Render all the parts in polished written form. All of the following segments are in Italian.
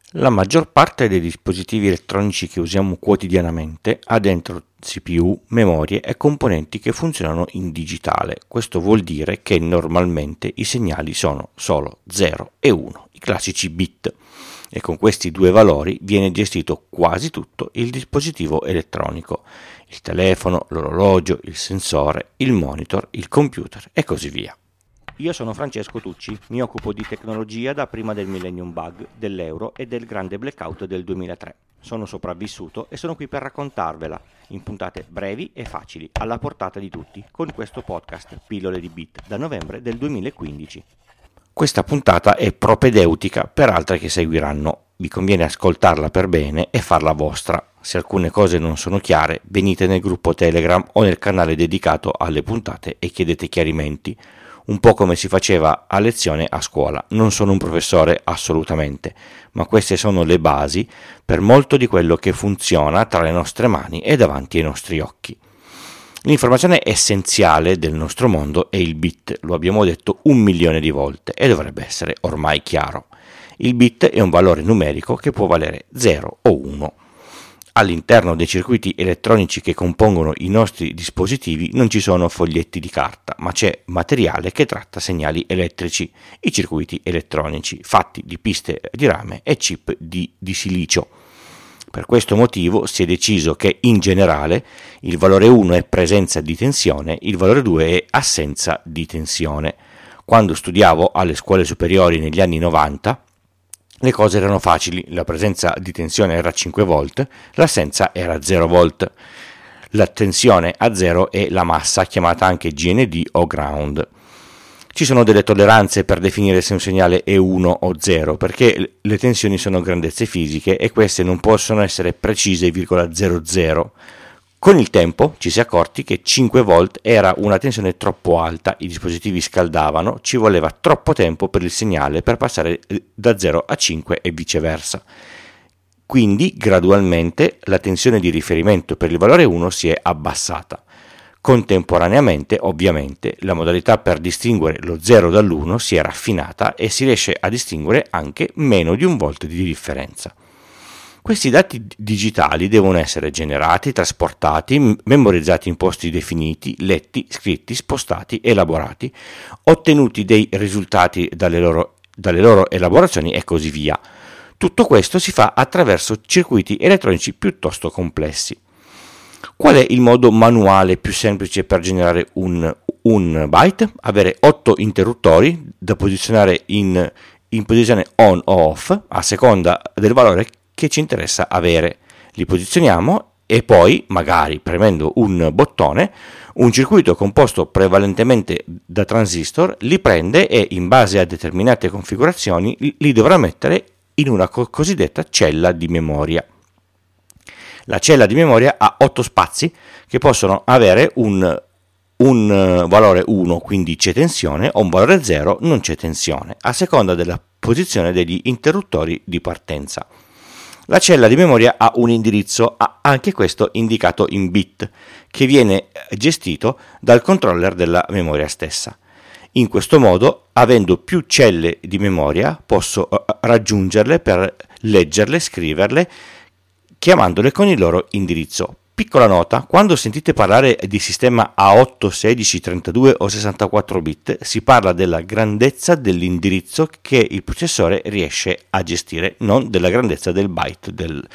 La maggior parte dei dispositivi elettronici che usiamo quotidianamente ha dentro CPU, memorie e componenti che funzionano in digitale. Questo vuol dire che normalmente i segnali sono solo 0 e 1, i classici bit, e con questi due valori viene gestito quasi tutto il dispositivo elettronico: il telefono, l'orologio, il sensore, il monitor, il computer e così via. Io sono Francesco Tucci, mi occupo di tecnologia da prima del Millennium Bug, dell'euro e del grande blackout del 2003. Sono sopravvissuto e sono qui per raccontarvela, in puntate brevi e facili, alla portata di tutti, con questo podcast Pillole di Bit, da novembre del 2015. Questa puntata è propedeutica per altre che seguiranno. Vi conviene ascoltarla per bene e farla vostra. Se alcune cose non sono chiare, venite nel gruppo Telegram o nel canale dedicato alle puntate e chiedete chiarimenti. Un po' come si faceva a lezione a scuola. Non sono un professore assolutamente, ma queste sono le basi per molto di quello che funziona tra le nostre mani e davanti ai nostri occhi. L'informazione essenziale del nostro mondo è il bit, lo abbiamo detto 1 milione di volte e dovrebbe essere ormai chiaro. Il bit è un valore numerico che può valere 0 o 1. All'interno dei circuiti elettronici che compongono i nostri dispositivi non ci sono foglietti di carta, ma c'è materiale che tratta segnali elettrici, i circuiti elettronici, fatti di piste di rame e chip di silicio. Per questo motivo si è deciso che in generale il valore 1 è presenza di tensione, il valore 2 è assenza di tensione. Quando studiavo alle scuole superiori negli anni 90, le cose erano facili: la presenza di tensione era 5 volt, l'assenza era 0 volt. La tensione a 0 è la massa, chiamata anche GND o ground. Ci sono delle tolleranze per definire se un segnale è 1 o 0, perché le tensioni sono grandezze fisiche e queste non possono essere precise, 00. Con il tempo ci si è accorti che 5 volt era una tensione troppo alta, i dispositivi scaldavano, ci voleva troppo tempo per il segnale per passare da 0 a 5 e viceversa. Quindi gradualmente la tensione di riferimento per il valore 1 si è abbassata. Contemporaneamente, ovviamente, la modalità per distinguere lo 0 dall'1 si è raffinata e si riesce a distinguere anche meno di 1 volt di differenza. Questi dati digitali devono essere generati, trasportati, memorizzati in posti definiti, letti, scritti, spostati, elaborati, ottenuti dei risultati dalle loro elaborazioni e così via. Tutto questo si fa attraverso circuiti elettronici piuttosto complessi. Qual è il modo manuale più semplice per generare un byte? Avere 8 interruttori da posizionare in posizione on o off a seconda del valore che ci interessa avere. Li posizioniamo e poi, magari premendo un bottone, un circuito composto prevalentemente da transistor li prende e, in base a determinate configurazioni, li dovrà mettere in una cosiddetta cella di memoria. La cella di memoria ha 8 spazi che possono avere un valore 1, quindi c'è tensione, o un valore 0, non c'è tensione, a seconda della posizione degli interruttori di partenza. La cella di memoria ha un indirizzo, anche questo indicato in bit, che viene gestito dal controller della memoria stessa. In questo modo, avendo più celle di memoria, posso raggiungerle per leggerle, scriverle, chiamandole con il loro indirizzo. Piccola nota: quando sentite parlare di sistema a 8, 16, 32 o 64 bit, si parla della grandezza dell'indirizzo che il processore riesce a gestire, non della grandezza del byte,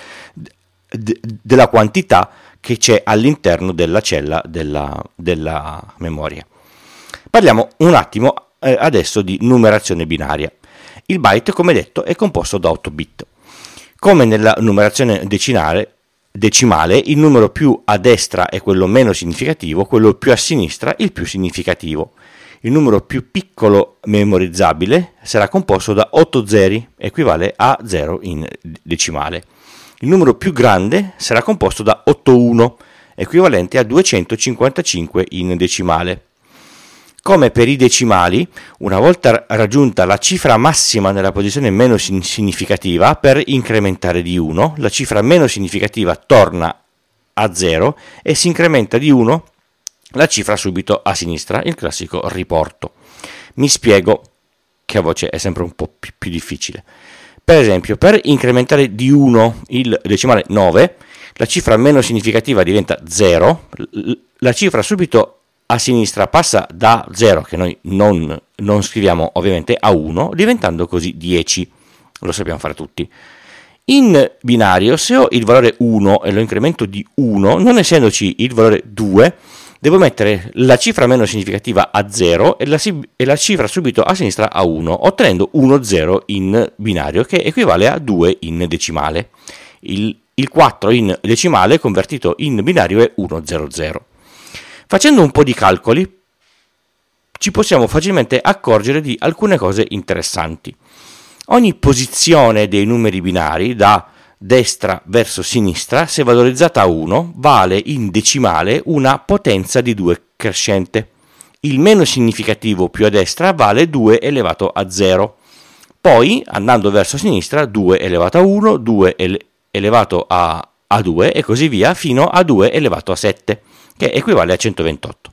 della quantità che c'è all'interno della cella della memoria. Parliamo un attimo adesso di numerazione binaria. Il byte, come detto, è composto da 8 bit. Come nella numerazione decimale, il numero più a destra è quello meno significativo, quello più a sinistra il più significativo. Il numero più piccolo memorizzabile sarà composto da 8 zeri, equivale a 0 in decimale. Il numero più grande sarà composto da 8 1, equivalente a 255 in decimale. Come per i decimali, una volta raggiunta la cifra massima nella posizione meno significativa, per incrementare di 1, la cifra meno significativa torna a 0 e si incrementa di 1 la cifra subito a sinistra, il classico riporto. Mi spiego, che a voce è sempre un po' più difficile. Per esempio, per incrementare di 1 il decimale 9, la cifra meno significativa diventa 0, la cifra subito a sinistra passa da 0, che noi non scriviamo ovviamente, a 1, diventando così 10. Lo sappiamo fare tutti. In binario, se ho il valore 1 e lo incremento di 1, non essendoci il valore 2, devo mettere la cifra meno significativa a 0 e la cifra subito a sinistra a 1, ottenendo 1, 0 in binario, che equivale a 2 in decimale. Il 4 in decimale convertito in binario è 1, 0, 0. Facendo un po' di calcoli, ci possiamo facilmente accorgere di alcune cose interessanti. Ogni posizione dei numeri binari, da destra verso sinistra, se valorizzata a 1, vale in decimale una potenza di 2 crescente. Il meno significativo più a destra vale 2 elevato a 0. Poi, andando verso sinistra, 2 elevato a 1, 2 elevato a 2 e così via, fino a 2 elevato a 7, che equivale a 128.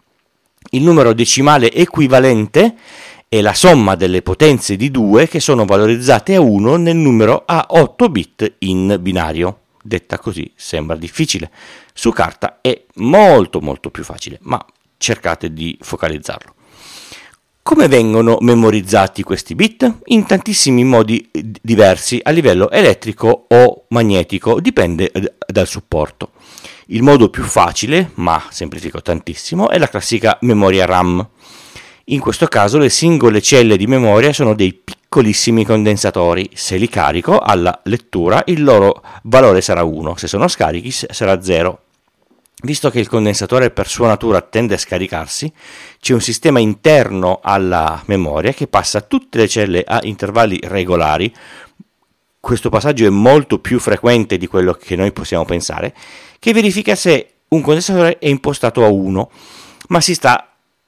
Il numero decimale equivalente è la somma delle potenze di 2 che sono valorizzate a 1 nel numero a 8 bit in binario. Detta così sembra difficile. Su carta è molto più facile, ma cercate di focalizzarlo. Come vengono memorizzati questi bit? In tantissimi modi diversi a livello elettrico o magnetico, dipende dal supporto. Il modo più facile, ma semplifico tantissimo, è la classica memoria RAM. In questo caso le singole celle di memoria sono dei piccolissimi condensatori. Se li carico alla lettura il loro valore sarà 1, se sono scarichi sarà 0. Visto che il condensatore per sua natura tende a scaricarsi, c'è un sistema interno alla memoria che passa tutte le celle a intervalli regolari. Questo passaggio è molto più frequente di quello che noi possiamo pensare, che verifica se un condensatore è impostato a 1, ma si sta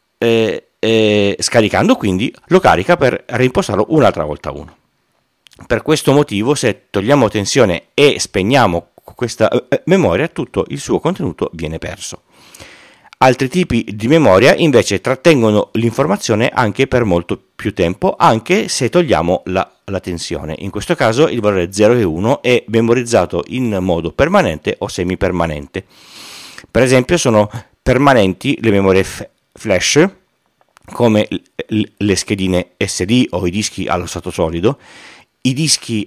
scaricando, quindi lo carica per reimpostarlo un'altra volta a 1. Per questo motivo, se togliamo tensione e spegniamo questa memoria, tutto il suo contenuto viene perso. Altri tipi di memoria invece trattengono l'informazione anche per molto più tempo, anche se togliamo la tensione. In questo caso il valore 0 e 1 è memorizzato in modo permanente o semipermanente. Per esempio sono permanenti le memorie flash, come le schedine SD o i dischi allo stato solido, i dischi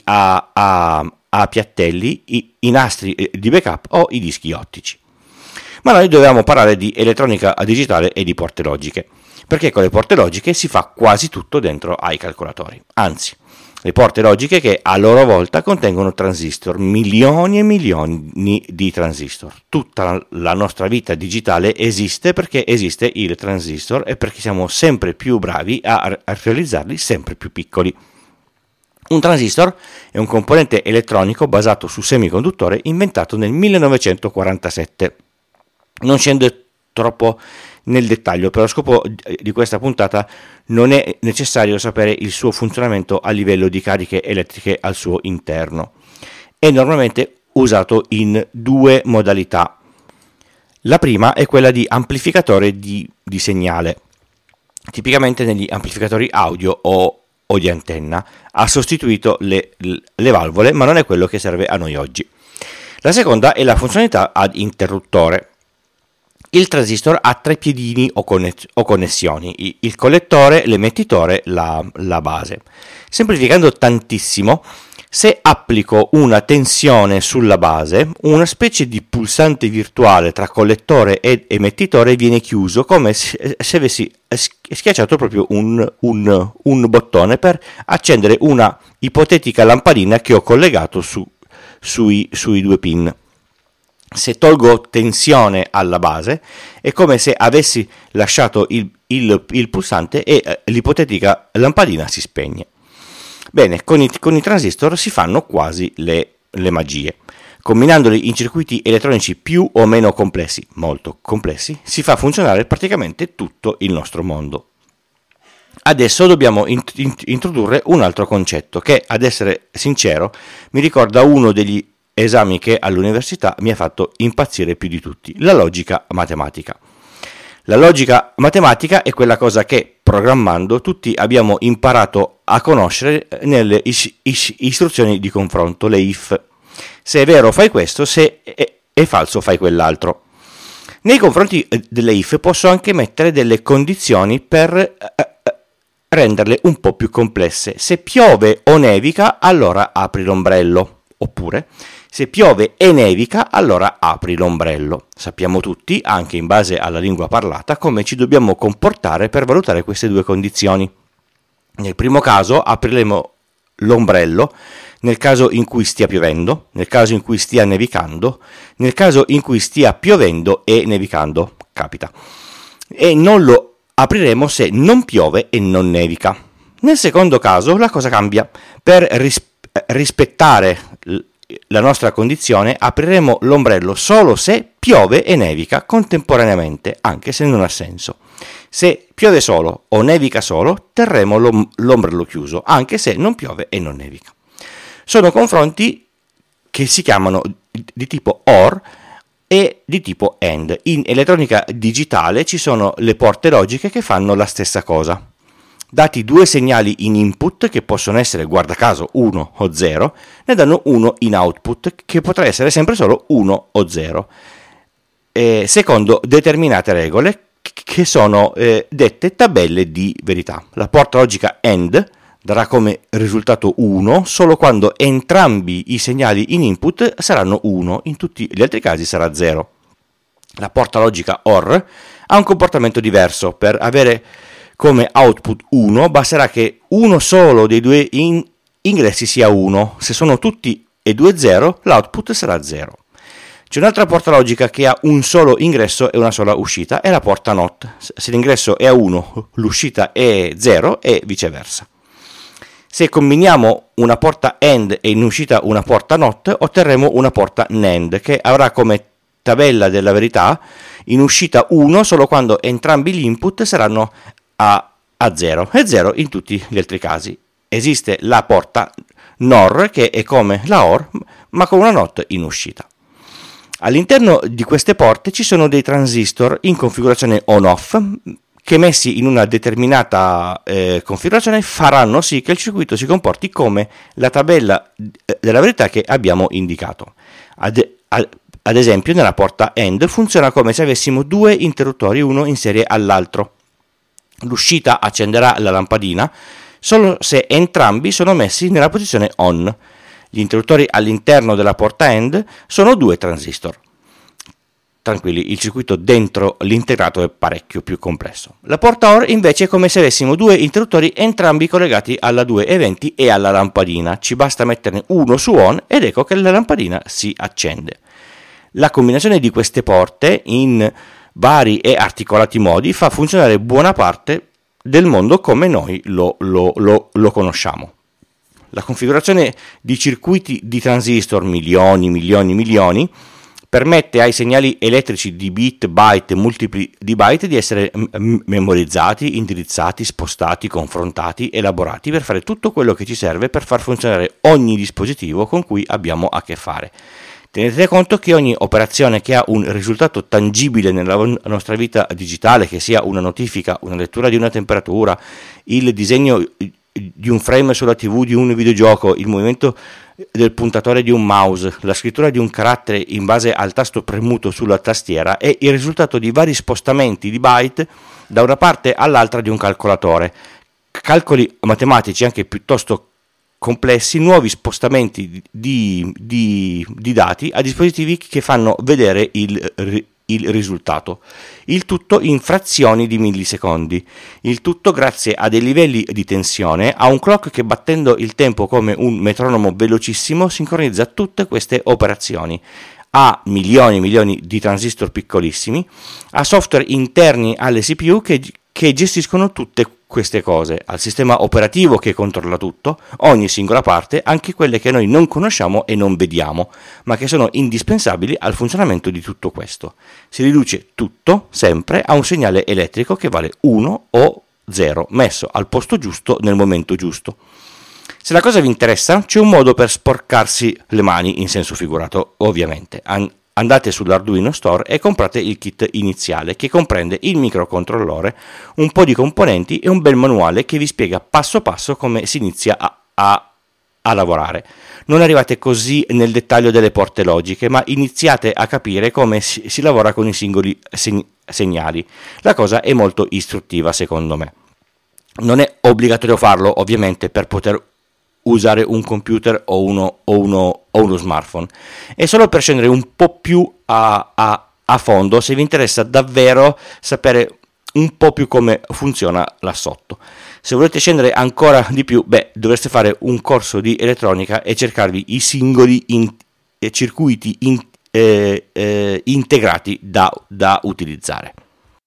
a piattelli, i nastri di backup o i dischi ottici. Ma noi dobbiamo parlare di elettronica digitale e di porte logiche, perché con le porte logiche si fa quasi tutto dentro ai calcolatori. Anzi, le porte logiche che a loro volta contengono transistor, milioni e milioni di transistor. Tutta la nostra vita digitale esiste perché esiste il transistor e perché siamo sempre più bravi a realizzarli sempre più piccoli. Un transistor è un componente elettronico basato su semiconduttore inventato nel 1947. Non scendo troppo nel dettaglio, per lo scopo di questa puntata non è necessario sapere il suo funzionamento a livello di cariche elettriche al suo interno. È normalmente usato in due modalità. La prima è quella di amplificatore di segnale, tipicamente negli amplificatori audio o di antenna. Ha sostituito le valvole, ma non è quello che serve a noi oggi. La seconda è la funzionalità ad interruttore. Il transistor ha tre piedini o connessioni, il collettore, l'emettitore, la base. Semplificando tantissimo, se applico una tensione sulla base, una specie di pulsante virtuale tra collettore ed emettitore viene chiuso, come se avessi schiacciato proprio un bottone per accendere una ipotetica lampadina che ho collegato sui due pin. Se tolgo tensione alla base è come se avessi lasciato il pulsante e l'ipotetica lampadina si spegne. Bene, con i transistor si fanno quasi le magie. Combinandoli in circuiti elettronici più o meno complessi, molto complessi, si fa funzionare praticamente tutto il nostro mondo. Adesso dobbiamo introdurre un altro concetto che, ad essere sincero, mi ricorda uno degli esami che all'università mi ha fatto impazzire più di tutti, la logica matematica. La logica matematica è quella cosa che, programmando, tutti abbiamo imparato a conoscere nelle istruzioni di confronto, le if. Se è vero fai questo, se è falso fai quell'altro. Nei confronti delle if posso anche mettere delle condizioni per renderle un po' più complesse. Se piove o nevica, allora apri l'ombrello. Oppure, se piove e nevica, allora apri l'ombrello. Sappiamo tutti, anche in base alla lingua parlata, come ci dobbiamo comportare per valutare queste due condizioni. Nel primo caso apriremo l'ombrello nel caso in cui stia piovendo, nel caso in cui stia nevicando, nel caso in cui stia piovendo e nevicando, capita. E non lo apriremo se non piove e non nevica. Nel secondo caso la cosa cambia. Per rispettare la nostra condizione apriremo l'ombrello solo se piove e nevica contemporaneamente, anche se non ha senso. Se piove solo o nevica solo, terremo l'ombrello chiuso, anche se non piove e non nevica. Sono confronti che si chiamano di tipo OR e di tipo AND. In elettronica digitale ci sono le porte logiche che fanno la stessa cosa. Dati due segnali in input, che possono essere, guarda caso, 1 o 0, ne danno uno in output, che potrà essere sempre solo 1 o 0, secondo determinate regole che sono dette tabelle di verità. La porta logica AND darà come risultato 1 solo quando entrambi i segnali in input saranno 1, in tutti gli altri casi sarà 0. La porta logica OR ha un comportamento diverso. Per avere come output 1 basterà che uno solo dei due ingressi sia 1. Se sono tutti e due 0, l'output sarà 0. C'è un'altra porta logica che ha un solo ingresso e una sola uscita, è la porta NOT. Se l'ingresso è a 1, l'uscita è 0 e viceversa. Se combiniamo una porta AND e in uscita una porta NOT, otterremo una porta NAND, che avrà come tabella della verità in uscita 1 solo quando entrambi gli input saranno a 0 e 0 in tutti gli altri casi. Esiste la porta NOR, che è come la OR ma con una NOT in uscita. All'interno di queste porte ci sono dei transistor in configurazione on-off che, messi in una determinata configurazione, faranno sì che il circuito si comporti come la tabella della verità che abbiamo indicato. Ad esempio, nella porta AND funziona come se avessimo due interruttori, uno in serie all'altro. L'uscita accenderà la lampadina solo se entrambi sono messi nella posizione on. Gli interruttori all'interno della porta AND sono due transistor. Tranquilli, il circuito dentro l'integrato è parecchio più complesso. La porta OR invece è come se avessimo due interruttori entrambi collegati alla 220 e alla lampadina. Ci basta metterne uno su on ed ecco che la lampadina si accende. La combinazione di queste porte in vari e articolati modi fa funzionare buona parte del mondo come noi lo conosciamo. La configurazione di circuiti di transistor, milioni, permette ai segnali elettrici di bit, byte e multipli di byte di essere memorizzati, indirizzati, spostati, confrontati, elaborati per fare tutto quello che ci serve per far funzionare ogni dispositivo con cui abbiamo a che fare. Tenete conto che ogni operazione che ha un risultato tangibile nella nostra vita digitale, che sia una notifica, una lettura di una temperatura, il disegno di un frame sulla TV di un videogioco, il movimento del puntatore di un mouse, la scrittura di un carattere in base al tasto premuto sulla tastiera, è il risultato di vari spostamenti di byte da una parte all'altra di un calcolatore. Calcoli matematici anche piuttosto complessi, nuovi spostamenti di dati a dispositivi che fanno vedere il risultato, il tutto in frazioni di millisecondi, il tutto grazie a dei livelli di tensione, a un clock che, battendo il tempo come un metronomo velocissimo, sincronizza tutte queste operazioni, a milioni di transistor piccolissimi, a software interni alle CPU che gestiscono tutte queste cose, al sistema operativo che controlla tutto, ogni singola parte, anche quelle che noi non conosciamo e non vediamo, ma che sono indispensabili al funzionamento di tutto questo. Si riduce tutto sempre a un segnale elettrico che vale 1 o 0, messo al posto giusto nel momento giusto. Se la cosa vi interessa, c'è un modo per sporcarsi le mani, in senso figurato, ovviamente. andate sull'Arduino Store e comprate il kit iniziale che comprende il microcontrollore, un po' di componenti e un bel manuale che vi spiega passo passo come si inizia a lavorare. Non arrivate così nel dettaglio delle porte logiche, ma iniziate a capire come si lavora con i singoli segnali. La cosa è molto istruttiva secondo me. Non è obbligatorio farlo ovviamente per poter usare un computer o uno smartphone, è solo per scendere un po' più a fondo se vi interessa davvero sapere un po' più come funziona là sotto. Se volete scendere ancora di più, dovreste fare un corso di elettronica e cercarvi i singoli circuiti integrati da utilizzare.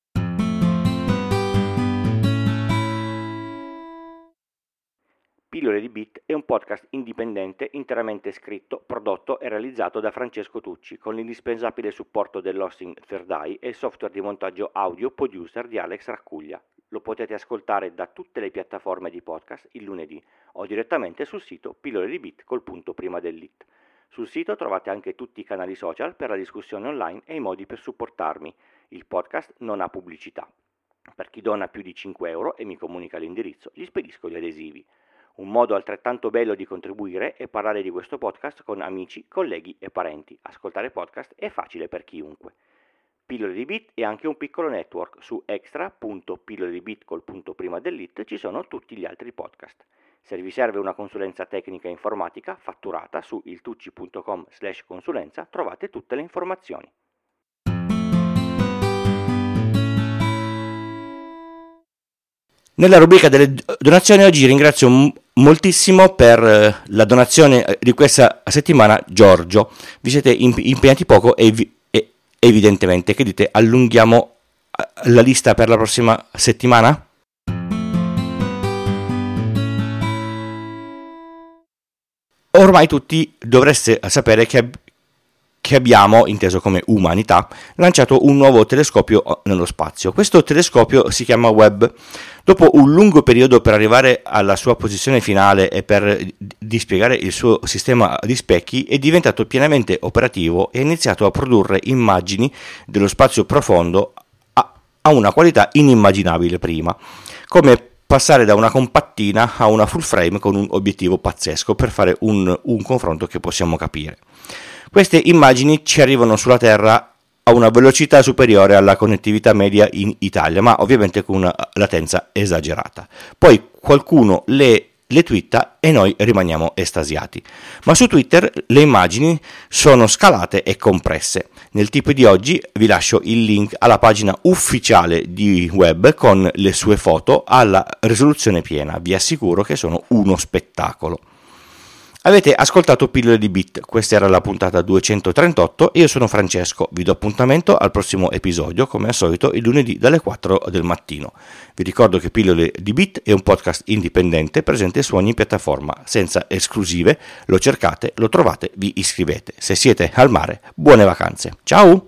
Pillole di Bit è un podcast indipendente interamente scritto, prodotto e realizzato da Francesco Tucci con l'indispensabile supporto dell'hosting Third Eye e il software di montaggio audio Producer di Alex Raccuglia. Lo potete ascoltare da tutte le piattaforme di podcast il lunedì o direttamente sul sito Pillole di Bit col punto prima dell'it. Sul sito trovate anche tutti i canali social per la discussione online e i modi per supportarmi. Il podcast non ha pubblicità. Per chi dona più di 5 euro e mi comunica l'indirizzo, gli spedisco gli adesivi. Un modo altrettanto bello di contribuire è parlare di questo podcast con amici, colleghi e parenti. Ascoltare podcast è facile per chiunque. Pillole di Bit è anche un piccolo network. Su extra.pilloledibit col punto prima dell'it ci sono tutti gli altri podcast. Se vi serve una consulenza tecnica informatica fatturata su iltucci.com/consulenza trovate tutte le informazioni. Nella rubrica delle donazioni oggi ringrazio moltissimo per la donazione di questa settimana Giorgio. Vi siete impegnati poco e evidentemente, che dite, allunghiamo la lista per la prossima settimana? Ormai tutti dovreste sapere che abbiamo, inteso come umanità, lanciato un nuovo telescopio nello spazio. Questo telescopio si chiama Webb. Dopo un lungo periodo per arrivare alla sua posizione finale e per dispiegare il suo sistema di specchi, è diventato pienamente operativo e ha iniziato a produrre immagini dello spazio profondo a una qualità inimmaginabile prima, come passare da una compattina a una full frame con un obiettivo pazzesco, per fare un confronto che possiamo capire. Queste immagini ci arrivano sulla Terra a una velocità superiore alla connettività media in Italia, ma ovviamente con una latenza esagerata. Poi qualcuno le twitta e noi rimaniamo estasiati. Ma su Twitter le immagini sono scalate e compresse. Nel tip di oggi vi lascio il link alla pagina ufficiale di Webb con le sue foto alla risoluzione piena. Vi assicuro che sono uno spettacolo. Avete ascoltato Pillole di Bit, questa era la puntata 238 e io sono Francesco, vi do appuntamento al prossimo episodio come al solito il lunedì dalle 4 del mattino. Vi ricordo che Pillole di Bit è un podcast indipendente presente su ogni piattaforma, senza esclusive, lo cercate, lo trovate, vi iscrivete. Se siete al mare, buone vacanze, ciao!